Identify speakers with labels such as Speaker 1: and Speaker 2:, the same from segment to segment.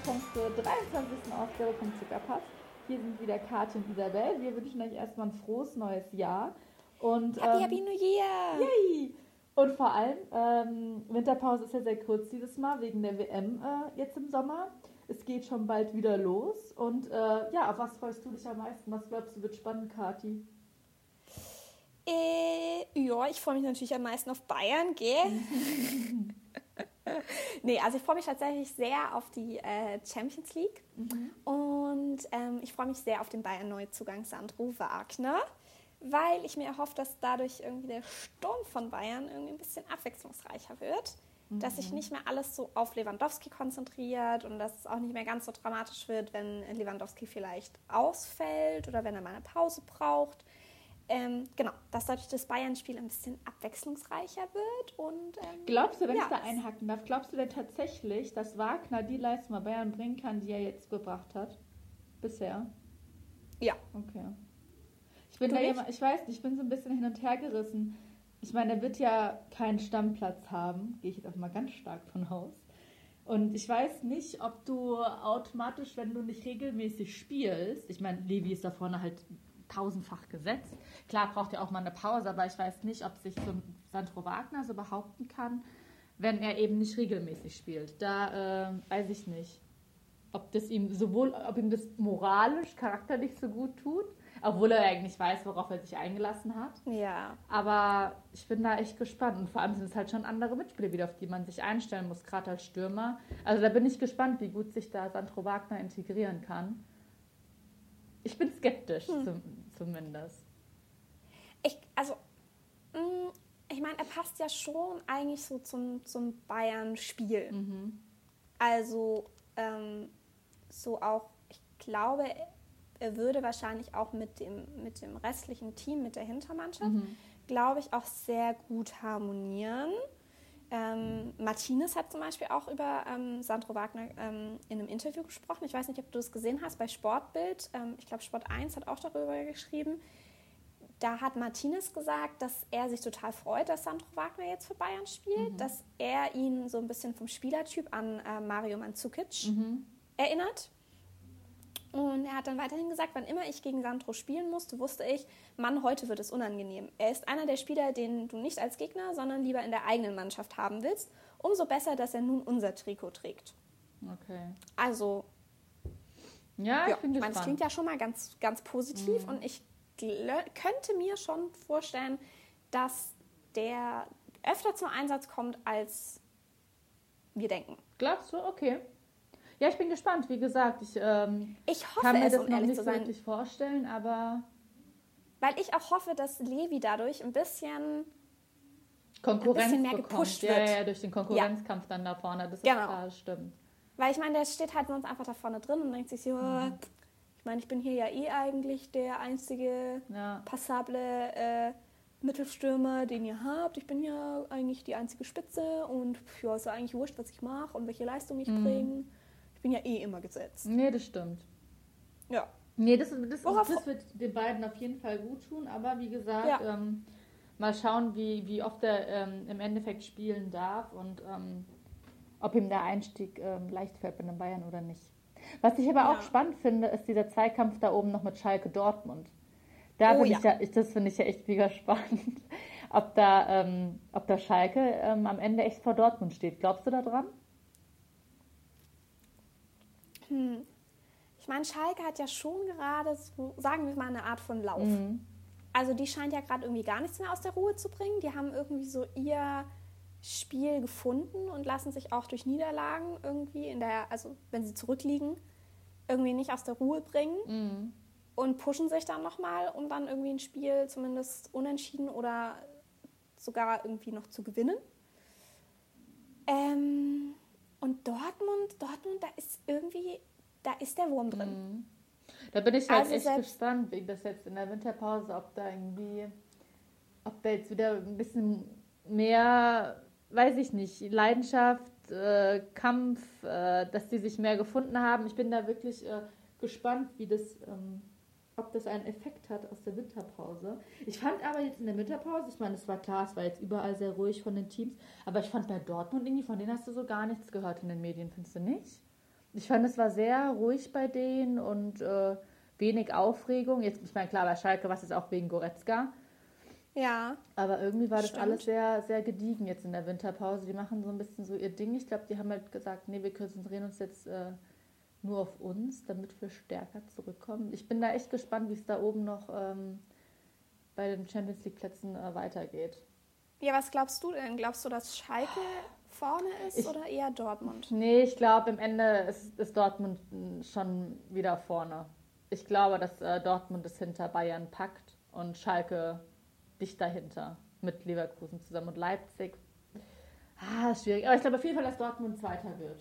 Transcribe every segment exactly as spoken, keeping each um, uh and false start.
Speaker 1: Zeitpunkt zur dreiundzwanzigsten Ausgabe vom Zuckerpass. Hier sind wieder Kathi und Isabel. Wir wünschen euch erstmal ein frohes neues Jahr. Und,
Speaker 2: Happy,
Speaker 1: ähm,
Speaker 2: Happy New Year!
Speaker 1: Yay! Und vor allem, ähm, Winterpause ist ja sehr kurz dieses Mal, wegen der W M äh, jetzt im Sommer. Es geht schon bald wieder los. Und äh, ja, auf was freust du dich am meisten? Was glaubst du wird spannend, Kathi?
Speaker 2: Äh, ja, ich freue mich natürlich am meisten auf Bayern, gell? Nee, also ich freue mich tatsächlich sehr auf die äh, Champions League. Mhm. Und ähm, ich freue mich sehr auf den Bayern-Neuzugang Sandro Wagner, weil ich mir erhoffe, dass dadurch irgendwie der Sturm von Bayern irgendwie ein bisschen abwechslungsreicher wird. Mhm. Dass sich nicht mehr alles so auf Lewandowski konzentriert und dass es auch nicht mehr ganz so dramatisch wird, wenn Lewandowski vielleicht ausfällt oder wenn er mal eine Pause braucht. Ähm, genau, dass dadurch das Bayern-Spiel ein bisschen abwechslungsreicher wird. Und, ähm,
Speaker 1: glaubst du, wenn
Speaker 2: ja,
Speaker 1: ich da einhaken darf, glaubst du denn tatsächlich, dass Wagner die Leistung bei Bayern bringen kann, die er jetzt gebracht hat? Bisher?
Speaker 2: Ja.
Speaker 1: Okay. Ich bin
Speaker 2: Du
Speaker 1: da
Speaker 2: nicht?
Speaker 1: immer, ich weiß nicht, ich bin so ein bisschen hin und her gerissen. Ich meine, er wird ja keinen Stammplatz haben, gehe ich jetzt auch mal ganz stark von aus. Und ich weiß nicht, ob du automatisch, wenn du nicht regelmäßig spielst, ich meine, Levi ist da vorne halt tausendfach gesetzt. Klar braucht er auch mal eine Pause, aber ich weiß nicht, ob sich so Sandro Wagner so behaupten kann, wenn er eben nicht regelmäßig spielt. Da äh, weiß ich nicht, ob das ihm sowohl, ob ihm das moralisch, charakterlich so gut tut, obwohl er eigentlich weiß, worauf er sich eingelassen hat.
Speaker 2: Ja.
Speaker 1: Aber ich bin da echt gespannt. Und vor allem sind es halt schon andere Mitspieler wieder, auf die man sich einstellen muss, gerade als Stürmer. Also da bin ich gespannt, wie gut sich da Sandro Wagner integrieren kann. Ich bin skeptisch, hm. zum, zumindest.
Speaker 2: Ich, also, mh, ich meine, er passt ja schon eigentlich so zum, zum Bayern-Spiel. Mhm. Also, ähm, so auch, ich glaube, er würde wahrscheinlich auch mit dem, mit dem restlichen Team, mit der Hintermannschaft, mhm. glaube ich, auch sehr gut harmonieren. Ähm, Martinez hat zum Beispiel auch über ähm, Sandro Wagner ähm, in einem Interview gesprochen. Ich weiß nicht, ob du das gesehen hast bei Sportbild. Ähm, ich glaube, Sport eins hat auch darüber geschrieben. Da hat Martinez gesagt, dass er sich total freut, dass Sandro Wagner jetzt für Bayern spielt, mhm. dass er ihn so ein bisschen vom Spielertyp an äh, Mario Mandzukic mhm. erinnert. Und er hat dann weiterhin gesagt, wann immer ich gegen Sandro spielen musste, wusste ich, Mann, heute wird es unangenehm. Er ist einer der Spieler, den du nicht als Gegner, sondern lieber in der eigenen Mannschaft haben willst. Umso besser, dass er nun unser Trikot trägt.
Speaker 1: Okay.
Speaker 2: Also,
Speaker 1: ja,
Speaker 2: ja,
Speaker 1: ich, bin
Speaker 2: ich meine, es klingt ja schon mal ganz, ganz positiv. Mhm. Und ich gl- könnte mir schon vorstellen, dass der öfter zum Einsatz kommt, als wir denken.
Speaker 1: Glaubst du? Okay. Ja, ich bin gespannt. Wie gesagt, ich, ähm,
Speaker 2: ich hoffe,
Speaker 1: kann mir
Speaker 2: es,
Speaker 1: das
Speaker 2: um
Speaker 1: noch
Speaker 2: ehrlich
Speaker 1: nicht
Speaker 2: zu
Speaker 1: so
Speaker 2: sein,
Speaker 1: wirklich vorstellen, aber...
Speaker 2: Weil ich auch hoffe, dass Levi dadurch ein bisschen,
Speaker 1: Konkurrenz
Speaker 2: ein bisschen mehr
Speaker 1: bekommt.
Speaker 2: gepusht
Speaker 1: Ja,
Speaker 2: wird.
Speaker 1: Ja, ja, durch den Konkurrenzkampf ja. dann da vorne. Das ist
Speaker 2: genau.
Speaker 1: klar, das stimmt.
Speaker 2: Weil ich meine, der steht halt sonst einfach da vorne drin und denkt sich so, mhm. ich meine, ich bin hier ja eh eigentlich der einzige ja. passable äh, Mittelstürmer, den ihr habt. Ich bin ja eigentlich die einzige Spitze und ja, ist ja eigentlich wurscht, was ich mache und welche Leistung ich mhm. bringe. Ich bin ja eh immer gesetzt.
Speaker 1: Nee, das stimmt.
Speaker 2: Ja.
Speaker 1: Nee, das, das, das, das wird den beiden auf jeden Fall gut tun, aber wie gesagt, ja. ähm, mal schauen, wie, wie oft er ähm, im Endeffekt spielen darf und ähm, ob ihm der Einstieg ähm, leicht fällt bei den Bayern oder nicht. Was ich aber ja. auch spannend finde, ist dieser Zweikampf da oben noch mit Schalke Dortmund. Da oh, bin ja. ich ja, ich, das finde ich ja echt mega spannend, ob da, ähm, ob da Schalke ähm, am Ende echt vor Dortmund steht. Glaubst du da dran?
Speaker 2: Hm. Ich meine, Schalke hat ja schon gerade, so, sagen wir mal, eine Art von Lauf. Mhm. Also die scheint ja gerade irgendwie gar nichts mehr aus der Ruhe zu bringen. Die haben irgendwie so ihr Spiel gefunden und lassen sich auch durch Niederlagen irgendwie, in der, also wenn sie zurückliegen, irgendwie nicht aus der Ruhe bringen mhm. und pushen sich dann nochmal, um dann irgendwie ein Spiel zumindest unentschieden oder sogar irgendwie noch zu gewinnen. Ähm, und Dortmund, Dortmund, da ist irgendwie... Da ist der Wurm drin.
Speaker 1: Da bin ich halt also echt gespannt, wie das jetzt in der Winterpause, ob da irgendwie, ob da jetzt wieder ein bisschen mehr, weiß ich nicht, Leidenschaft, äh, Kampf, äh, dass die sich mehr gefunden haben. Ich bin da wirklich äh, gespannt, wie das, ähm, ob das einen Effekt hat aus der Winterpause. Ich fand aber jetzt in der Winterpause, ich meine, es war klar, es war jetzt überall sehr ruhig von den Teams, aber ich fand bei Dortmund irgendwie, von denen hast du so gar nichts gehört in den Medien, findest du nicht? Ich fand, es war sehr ruhig bei denen und äh, wenig Aufregung. Jetzt, ich meine, klar, bei Schalke war es jetzt auch wegen Goretzka.
Speaker 2: Ja.
Speaker 1: Aber irgendwie war das
Speaker 2: Stimmt.
Speaker 1: alles sehr, sehr gediegen jetzt in der Winterpause. Die machen so ein bisschen so ihr Ding. Ich glaube, die haben halt gesagt, nee, wir konzentrieren uns jetzt äh, nur auf uns, damit wir stärker zurückkommen. Ich bin da echt gespannt, wie es da oben noch ähm, bei den Champions League Plätzen äh, weitergeht.
Speaker 2: Ja, was glaubst du denn? Glaubst du, dass Schalke vorne ist
Speaker 1: Ich-
Speaker 2: oder eher Dortmund?
Speaker 1: Nee, ich glaube, im Ende ist, ist Dortmund mh, schon wieder vorne. Ich glaube, dass äh, Dortmund es hinter Bayern packt und Schalke dicht dahinter mit Leverkusen zusammen und Leipzig. Ah, ist schwierig. Aber ich glaube auf jeden Fall, dass Dortmund Zweiter wird.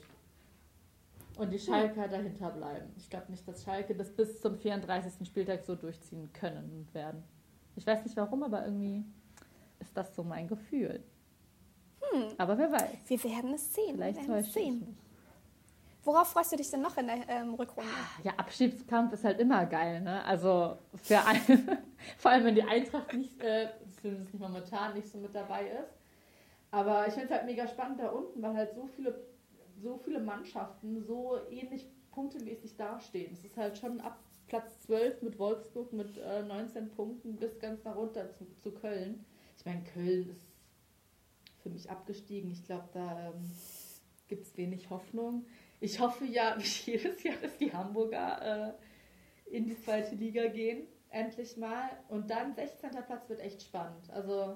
Speaker 1: Und die Schalker dahinter bleiben. Ich glaube nicht, dass Schalke das bis zum vierunddreißigsten Spieltag so durchziehen können und werden. Ich weiß nicht warum, aber irgendwie ist das so mein Gefühl.
Speaker 2: Hm.
Speaker 1: Aber wer weiß.
Speaker 2: Wir werden es sehen.
Speaker 1: Vielleicht
Speaker 2: wir werden es
Speaker 1: täusche ich
Speaker 2: sehen.
Speaker 1: mich.
Speaker 2: Worauf freust du dich denn noch in der ähm, Rückrunde?
Speaker 1: Ja, Abstiegskampf ist halt immer geil, ne? Also für alle, vor allem wenn die Eintracht nicht, äh, zumindest nicht momentan nicht so mit dabei ist. Aber ich finde es halt mega spannend da unten, weil halt so viele, so viele Mannschaften so ähnlich punktemäßig dastehen. Es ist halt schon ab Platz zwölf mit Wolfsburg mit äh, neunzehn Punkten bis ganz nach runter zu, zu Köln. Ich meine, Köln ist für mich abgestiegen. Ich glaube, da ähm, gibt es wenig Hoffnung. Ich hoffe ja, wie jedes Jahr, dass die Hamburger äh, in die zweite Liga gehen. Endlich mal. Und dann sechzehnter Platz wird echt spannend. Also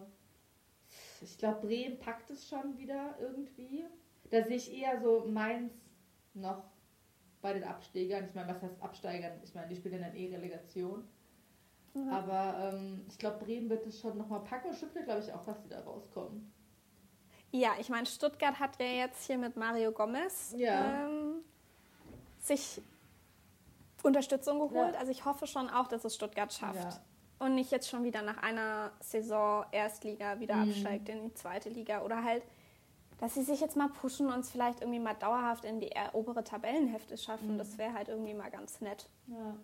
Speaker 1: ich glaube, Bremen packt es schon wieder irgendwie. Da sehe ich eher so Mainz noch bei den Absteigern. Ich meine, was heißt Absteigern? Ich meine, die spielen dann eh Relegation.
Speaker 2: Mhm.
Speaker 1: Aber ähm, ich glaube, Bremen wird es schon nochmal packen. Und Stuttgart glaube ich auch, dass sie da rauskommen.
Speaker 2: Ja, ich meine, Stuttgart hat ja jetzt hier mit Mario Gomez
Speaker 1: Ja.
Speaker 2: ähm, sich Unterstützung geholt.
Speaker 1: Ja.
Speaker 2: Also ich hoffe schon auch, dass es Stuttgart schafft.
Speaker 1: Ja.
Speaker 2: Und nicht jetzt schon wieder nach einer Saison Erstliga wieder
Speaker 1: Mhm.
Speaker 2: absteigt in die zweite Liga. Oder halt, dass sie sich jetzt mal pushen und es vielleicht irgendwie mal dauerhaft in die eher obere Tabellenhälfte schaffen.
Speaker 1: Mhm.
Speaker 2: Das wäre halt irgendwie mal ganz nett.
Speaker 1: Ja.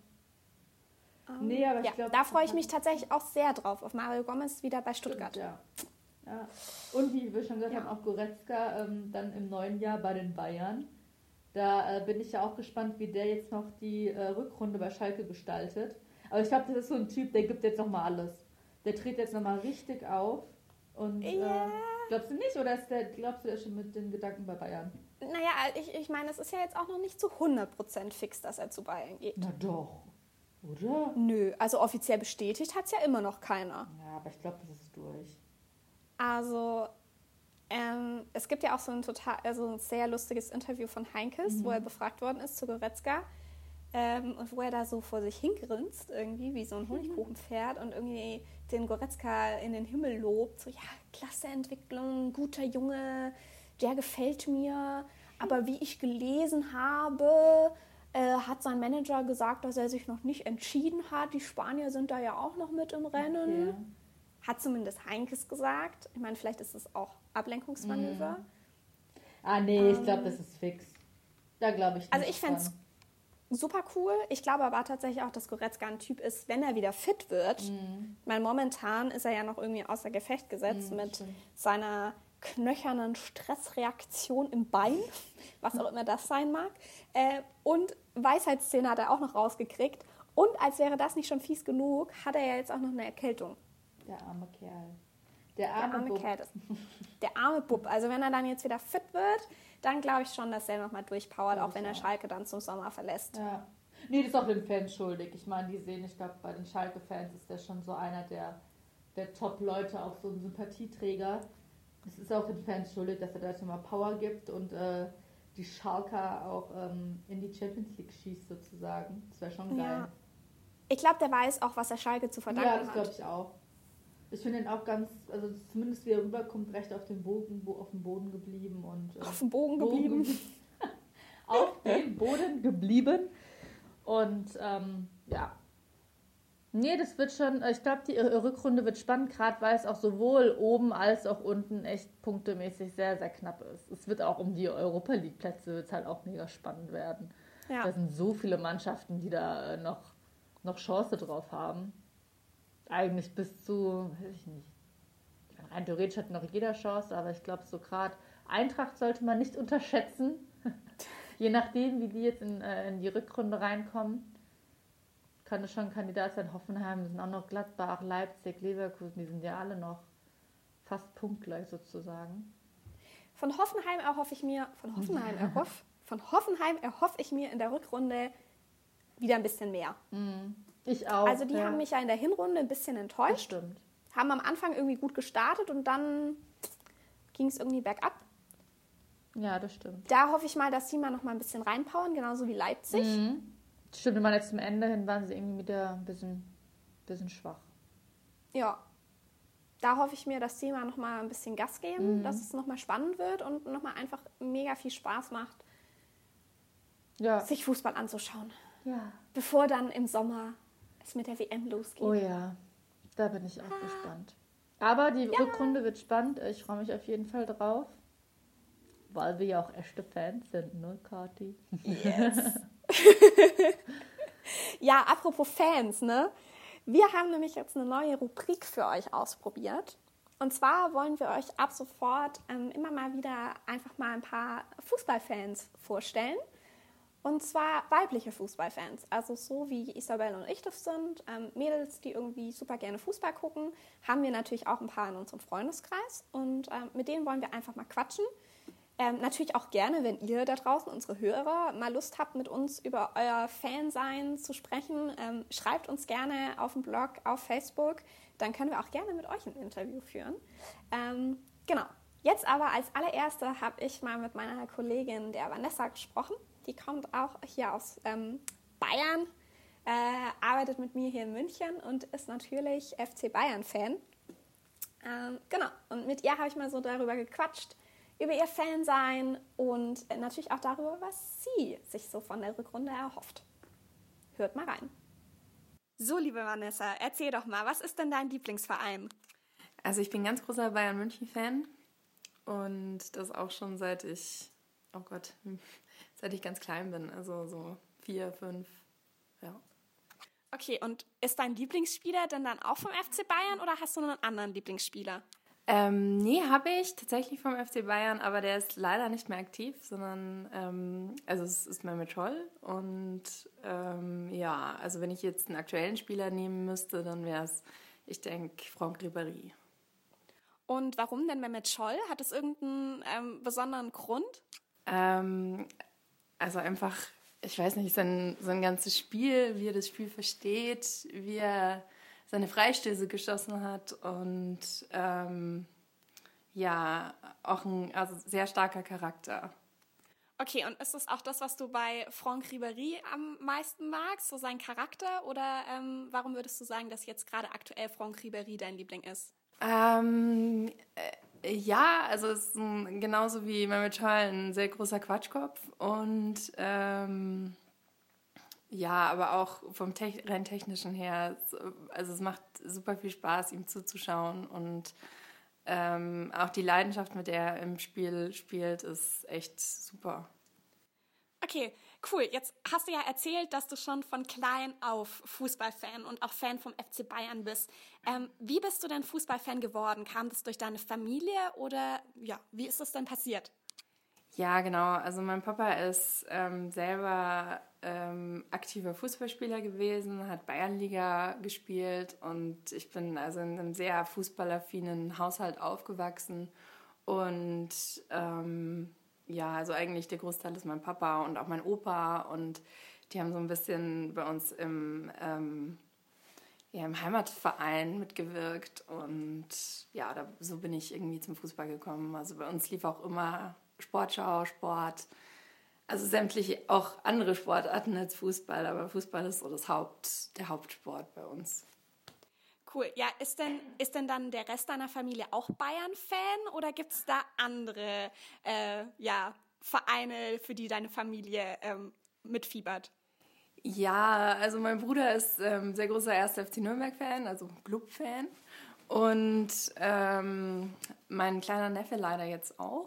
Speaker 2: Ähm,
Speaker 1: Nee, aber ich
Speaker 2: ja,
Speaker 1: glaub,
Speaker 2: da
Speaker 1: das
Speaker 2: freue ich
Speaker 1: hat-
Speaker 2: mich tatsächlich auch sehr drauf, auf Mario Gomez wieder bei Stuttgart.
Speaker 1: Ja. Ja. Und wie wir schon gesagt
Speaker 2: Ja.
Speaker 1: haben, auch Goretzka ähm, dann im neuen Jahr bei den Bayern. Da äh, bin ich ja auch gespannt, wie der jetzt noch die äh, Rückrunde bei Schalke gestaltet. Aber ich glaube, das ist so ein Typ, der gibt jetzt nochmal alles. Der tritt jetzt nochmal richtig auf. Und
Speaker 2: Ja.
Speaker 1: äh, glaubst du nicht? Oder ist der, glaubst du, der ist schon mit den Gedanken bei Bayern?
Speaker 2: Naja, ich, ich meine, es ist ja jetzt auch noch nicht zu hundert Prozent fix, dass er zu Bayern geht.
Speaker 1: Na doch. Oder?
Speaker 2: Nö, also offiziell bestätigt hat es ja immer noch keiner.
Speaker 1: Ja, aber ich glaube, das ist durch.
Speaker 2: Also, ähm, es gibt ja auch so ein total, also ein sehr lustiges Interview von Heinkes,
Speaker 1: Mhm.
Speaker 2: wo er befragt worden ist zu Goretzka. Ähm, und wo er da so vor sich hingrinst, irgendwie wie so ein Honigkuchenpferd und irgendwie den Goretzka in den Himmel lobt. So, ja, klasse Entwicklung, guter Junge, der gefällt mir. Aber wie ich gelesen habe, äh, hat sein Manager gesagt, dass er sich noch nicht entschieden hat. Die Spanier sind da ja auch noch mit im Rennen.
Speaker 1: Okay.
Speaker 2: Hat zumindest Heinkes gesagt. Ich meine, vielleicht ist es auch Ablenkungsmanöver.
Speaker 1: Ah, nee, ich
Speaker 2: Ähm,
Speaker 1: glaube, das ist fix. Da glaube ich nicht
Speaker 2: Also ich fände es
Speaker 1: dran.
Speaker 2: super cool. Ich glaube aber tatsächlich auch, dass Goretzka ein Typ ist, wenn er wieder fit wird.
Speaker 1: Mhm.
Speaker 2: Weil momentan ist er ja noch irgendwie außer Gefecht gesetzt
Speaker 1: Mhm,
Speaker 2: mit
Speaker 1: stimmt.
Speaker 2: seiner knöchernen Stressreaktion im Bein, was auch immer das sein mag. Äh, und Weisheitszähne hat er auch noch rausgekriegt. Und als wäre das nicht schon fies genug, hat er ja jetzt auch noch eine Erkältung.
Speaker 1: Der arme Kerl. Der
Speaker 2: Der
Speaker 1: arme,
Speaker 2: arme
Speaker 1: Bub.
Speaker 2: Kerl. das- Der arme Bub. Also wenn er dann jetzt wieder fit wird, dann glaube ich schon, dass er nochmal durchpowert,
Speaker 1: Glaub
Speaker 2: auch wenn
Speaker 1: ich
Speaker 2: er
Speaker 1: auch.
Speaker 2: Schalke dann zum Sommer verlässt.
Speaker 1: Ja. Nee, das ist auch den Fans schuldig. Ich meine, die sehen, ich glaube, bei den Schalke-Fans ist der schon so einer der, der Top-Leute, auch so ein Sympathieträger. Es ist auch den Fans schuldig, dass er da jetzt mal Power gibt und äh, die Schalker auch ähm, in die Champions League schießt, sozusagen. Das wäre schon geil.
Speaker 2: Ja. Ich glaube, der weiß auch, was er Schalke zu verdanken
Speaker 1: Ja, das glaube
Speaker 2: hat.
Speaker 1: ich auch. Ich finde ihn auch ganz, also zumindest wie er rüberkommt, recht auf dem Boden, wo, auf dem Boden geblieben und äh,
Speaker 2: Auf dem Bogen geblieben.
Speaker 1: auf dem Boden geblieben. Und ähm, ja. Nee, das wird schon, ich glaube, die Rückrunde wird spannend, gerade weil es auch sowohl oben als auch unten echt punktemäßig sehr, sehr knapp ist. Es wird auch um die Europa League Plätze wird es halt auch mega spannend werden.
Speaker 2: Ja.
Speaker 1: Da sind so viele Mannschaften, die da äh, noch, noch Chance drauf haben. Eigentlich bis zu, weiß ich nicht. Ich meine, rein theoretisch hat noch jeder Chance, aber ich glaube so gerade Eintracht sollte man nicht unterschätzen. je nachdem, wie die jetzt in, äh, in die Rückrunde reinkommen, kann es schon ein Kandidat sein. Hoffenheim sind auch noch Gladbach, Leipzig, Leverkusen, die sind ja alle noch fast punktgleich sozusagen.
Speaker 2: Von Hoffenheim erhoffe ich mir, von Hoffenheim erhoff, von Hoffenheim erhoffe ich mir in der Rückrunde wieder ein bisschen mehr.
Speaker 1: Ich auch.
Speaker 2: Also die
Speaker 1: ja.
Speaker 2: haben mich ja in der Hinrunde ein bisschen enttäuscht.
Speaker 1: Das stimmt.
Speaker 2: Haben am Anfang irgendwie gut gestartet und dann ging es irgendwie bergab.
Speaker 1: Ja, das stimmt.
Speaker 2: Da hoffe ich mal, dass sie mal noch mal ein bisschen reinpowern, genauso wie Leipzig.
Speaker 1: Mhm. Stimmt, wenn man jetzt zum Ende hin waren sie irgendwie wieder ein bisschen, bisschen schwach.
Speaker 2: Ja. Da hoffe ich mir, dass sie mal noch mal ein bisschen Gas geben,
Speaker 1: Mhm.
Speaker 2: dass es noch mal spannend wird und noch mal einfach mega viel Spaß macht,
Speaker 1: Ja.
Speaker 2: sich Fußball anzuschauen.
Speaker 1: Ja.
Speaker 2: Bevor dann im Sommer es mit der W M losgeht.
Speaker 1: Oh ja, da bin ich auch ah. gespannt. Aber die
Speaker 2: Ja.
Speaker 1: Rückrunde wird spannend. Ich freue mich auf jeden Fall drauf. Weil wir ja auch echte Fans sind, ne, Kathi?
Speaker 2: Yes. Ja, apropos Fans, ne? Wir haben nämlich jetzt eine neue Rubrik für euch ausprobiert. Und zwar wollen wir euch ab sofort ähm, immer mal wieder einfach mal ein paar Fußballfans vorstellen. Und zwar weibliche Fußballfans. Also so wie Isabel und ich das sind, ähm, Mädels, die irgendwie super gerne Fußball gucken, haben wir natürlich auch ein paar in unserem Freundeskreis. Und ähm, mit denen wollen wir einfach mal quatschen. Ähm, natürlich auch gerne, wenn ihr da draußen, unsere Hörer, mal Lust habt, mit uns über euer Fansein zu sprechen. Ähm, schreibt uns gerne auf dem Blog, auf Facebook. Dann können wir auch gerne mit euch ein Interview führen. Ähm, genau. Jetzt aber als allererste habe ich mal mit meiner Kollegin, der Vanessa, gesprochen. Die kommt auch hier aus ähm, Bayern, äh, arbeitet mit mir hier in München und ist natürlich F C Bayern-Fan. Ähm, genau. Und mit ihr habe ich mal so darüber gequatscht, über ihr Fansein und natürlich auch darüber, was sie sich so von der Rückrunde erhofft. Hört mal rein. So, liebe Vanessa, erzähl doch mal, was ist denn dein Lieblingsverein?
Speaker 3: Also ich bin ein ganz großer Bayern-München-Fan und das auch schon seit ich, oh Gott, seit ich ganz klein bin, also so vier, fünf, ja.
Speaker 2: Okay, und ist dein Lieblingsspieler denn dann auch vom F C Bayern oder hast du noch einen anderen Lieblingsspieler?
Speaker 3: Ähm, nee, habe ich tatsächlich vom F C Bayern, aber der ist leider nicht mehr aktiv, sondern, ähm, also es ist Mehmet Scholl und ähm, ja, also wenn ich jetzt einen aktuellen Spieler nehmen müsste, dann wäre es, ich denke, Franck Ribéry.
Speaker 2: Und warum denn Mehmet Scholl? Hat es irgendeinen ähm, besonderen Grund?
Speaker 3: Ähm, also einfach, ich weiß nicht, sein, sein ganzes Spiel, wie er das Spiel versteht, wie er seine Freistöße geschossen hat und ähm, ja, auch ein also sehr starker Charakter.
Speaker 2: Okay, und ist das auch das, was du bei Franck Ribéry am meisten magst, so sein Charakter? Oder ähm, warum würdest du sagen, dass jetzt gerade aktuell Franck Ribéry dein Liebling ist?
Speaker 3: Ähm, äh, ja, also es ist ein, genauso wie Mehmet Scholl ein sehr großer Quatschkopf und ähm, ja, aber auch vom Te- rein technischen her, also es macht super viel Spaß, ihm zuzuschauen und ähm, auch die Leidenschaft, mit der er im Spiel spielt, ist echt super.
Speaker 2: Okay, cool. Jetzt hast du ja erzählt, dass du schon von klein auf Fußballfan und auch Fan vom F C Bayern bist. Ähm, wie bist du denn Fußballfan geworden? Kam das durch deine Familie oder ja, wie ist das denn passiert?
Speaker 3: Ja, genau. Also mein Papa ist ähm, selber ähm, aktiver Fußballspieler gewesen, hat Bayernliga gespielt und ich bin also in einem sehr fußballaffinen Haushalt aufgewachsen und ähm, ja, also eigentlich der Großteil ist mein Papa und auch mein Opa und die haben so ein bisschen bei uns im, ähm, ja, im Heimatverein mitgewirkt und ja, da, so bin ich irgendwie zum Fußball gekommen. Also bei uns lief auch immer Sportschau, Sport, also sämtliche auch andere Sportarten als Fußball, aber Fußball ist so das Haupt, der Hauptsport bei uns.
Speaker 2: Cool. Ja, ist denn, ist denn dann der Rest deiner Familie auch Bayern-Fan oder gibt es da andere äh, ja, Vereine, für die deine Familie ähm, mitfiebert?
Speaker 3: Ja, also mein Bruder ist ähm, sehr großer erster F C Nürnberg-Fan, also Club-Fan. Und ähm, mein kleiner Neffe leider jetzt auch.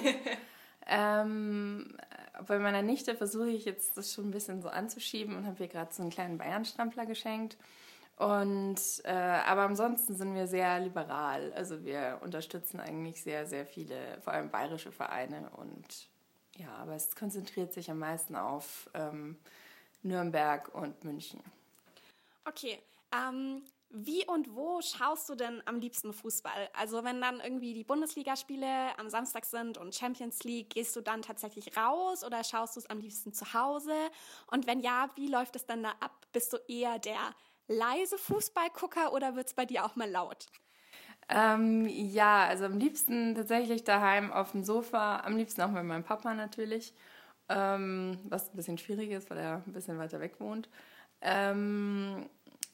Speaker 3: ähm, bei meiner Nichte versuche ich jetzt das schon ein bisschen so anzuschieben und habe ihr gerade so einen kleinen Bayern-Strampler geschenkt. Und, äh, aber ansonsten sind wir sehr liberal. Also wir unterstützen eigentlich sehr, sehr viele, vor allem bayerische Vereine. Und ja, aber es konzentriert sich am meisten auf ähm, Nürnberg und München.
Speaker 2: Okay, ähm, wie und wo schaust du denn am liebsten Fußball? Also wenn dann irgendwie die Bundesligaspiele am Samstag sind und Champions League, gehst du dann tatsächlich raus oder schaust du es am liebsten zu Hause? Und wenn ja, wie läuft es dann da ab? Bist du eher der leise Fußballgucker oder wird es bei dir auch mal laut?
Speaker 3: Ähm, ja, also am liebsten tatsächlich daheim auf dem Sofa, am liebsten auch mit meinem Papa natürlich, ähm, was ein bisschen schwierig ist, weil er ein bisschen weiter weg wohnt. Ähm,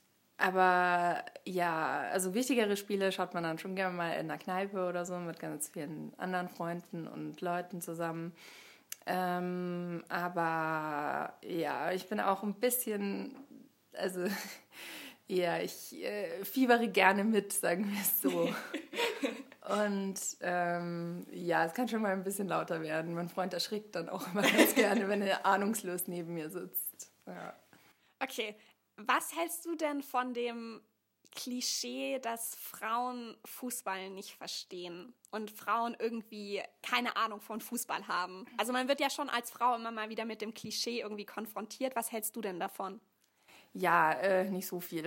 Speaker 3: aber ja, also wichtigere Spiele schaut man dann schon gerne mal in der Kneipe oder so mit ganz vielen anderen Freunden und Leuten zusammen. Ähm, aber ja, ich bin auch ein bisschen, also ja, ich äh, fiebere gerne mit, sagen wir es so. Und ähm, ja, es kann schon mal ein bisschen lauter werden. Mein Freund erschrickt dann auch immer ganz gerne, wenn er ahnungslos neben mir sitzt. Ja.
Speaker 2: Okay, was hältst du denn von dem Klischee, dass Frauen Fußball nicht verstehen und Frauen irgendwie keine Ahnung von Fußball haben? Also man wird ja schon als Frau immer mal wieder mit dem Klischee irgendwie konfrontiert. Was hältst du denn davon?
Speaker 3: Ja, äh, nicht so viel.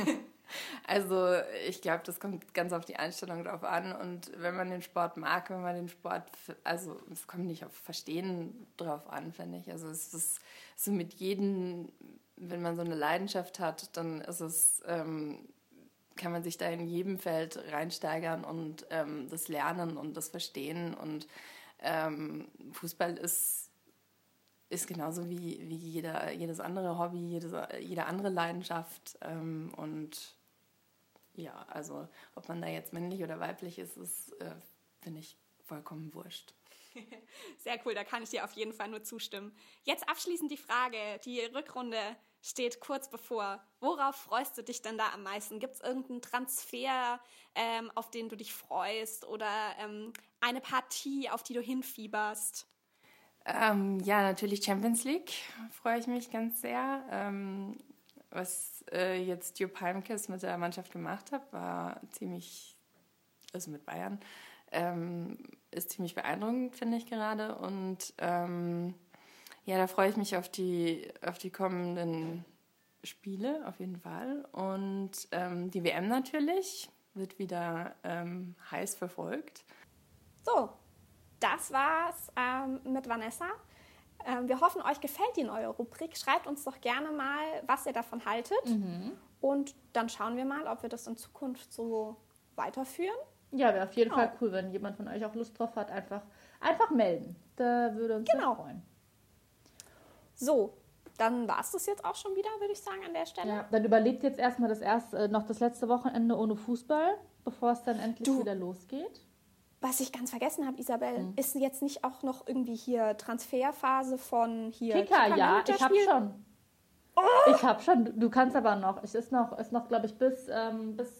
Speaker 3: Also ich glaube, das kommt ganz auf die Einstellung drauf an und wenn man den Sport mag, wenn man den Sport, also es kommt nicht auf Verstehen drauf an, finde ich. Also es ist so mit jedem, wenn man so eine Leidenschaft hat, dann ist es, ähm, kann man sich da in jedem Feld reinsteigern und ähm, das Lernen und das Verstehen und ähm, Fußball ist ist genauso wie, wie jeder, jedes andere Hobby, jedes, jede andere Leidenschaft. Ähm, und ja, also ob man da jetzt männlich oder weiblich ist, ist, äh, finde ich, vollkommen wurscht.
Speaker 2: Sehr cool, da kann ich dir auf jeden Fall nur zustimmen. Jetzt abschließend die Frage, die Rückrunde steht kurz bevor. Worauf freust du dich denn da am meisten? Gibt es irgendeinen Transfer, ähm, auf den du dich freust oder ähm, eine Partie, auf die du hinfieberst?
Speaker 3: Ähm, ja, natürlich Champions League, freue ich mich ganz sehr. Ähm, was äh, jetzt Jupp Heynckes mit der Mannschaft gemacht hat, war ziemlich, also mit Bayern, ähm, ist ziemlich beeindruckend, finde ich gerade. Und ähm, ja, da freue ich mich auf die, auf die kommenden Spiele, auf jeden Fall. Und ähm, die W M natürlich wird wieder ähm, heiß verfolgt.
Speaker 2: So. Das war's ähm, mit Vanessa. Ähm, wir hoffen, euch gefällt die neue Rubrik. Schreibt uns doch gerne mal, was ihr davon haltet. Mhm. Und dann schauen wir mal, ob wir das in Zukunft so weiterführen.
Speaker 1: Ja, wäre auf jeden
Speaker 2: genau.
Speaker 1: Fall cool, wenn jemand von euch auch Lust drauf hat. Einfach, einfach melden. Da würde uns
Speaker 2: genau.
Speaker 1: sehr freuen.
Speaker 2: So, dann war es das jetzt auch schon wieder, würde ich sagen, an der Stelle.
Speaker 1: Ja, dann überlegt jetzt erstmal das erste, noch das letzte Wochenende ohne Fußball, bevor es dann endlich
Speaker 2: du.
Speaker 1: wieder losgeht.
Speaker 2: Was ich ganz vergessen habe, Isabel, hm. ist jetzt nicht auch noch irgendwie hier Transferphase von hier
Speaker 1: Kicker, Kicker ja, ich habe schon. Oh! Ich habe schon, du kannst aber noch, es ist noch, ist noch glaube ich, bis, ähm, bis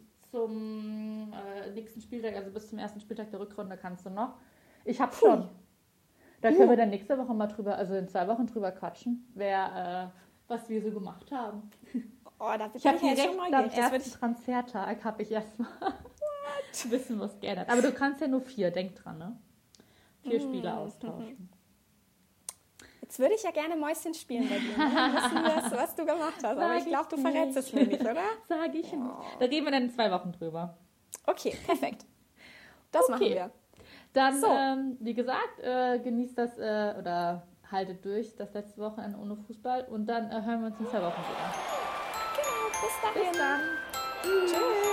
Speaker 1: zum äh, nächsten Spieltag, also bis zum ersten Spieltag der Rückrunde kannst du noch. Ich habe schon. Da können uh. wir dann nächste Woche mal drüber, also in zwei Wochen drüber quatschen, wer, äh, was wir so gemacht haben.
Speaker 2: Oh, da bin
Speaker 1: ich habe direkt am ersten Transfertag habe ich erstmal wissen, was geändert. Aber du kannst ja nur vier, denk dran, ne? Vier mmh, Spieler austauschen.
Speaker 2: Jetzt würde ich ja gerne Mäuschen spielen bei dir. Ne? Wissen, was, was du gemacht hast. Aber ich glaube, du verrätst es mir nicht, oder?
Speaker 1: Sag ich oh. nicht. Da reden wir dann in zwei Wochen drüber.
Speaker 2: Okay, perfekt. Das okay. machen wir.
Speaker 1: Dann, so. ähm, wie gesagt, äh, genießt das äh, oder haltet durch das letzte Wochenende ohne Fußball und dann äh, hören wir uns in zwei Wochen wieder.
Speaker 2: Genau, bis dahin.
Speaker 1: Bis dann.
Speaker 2: Tschüss.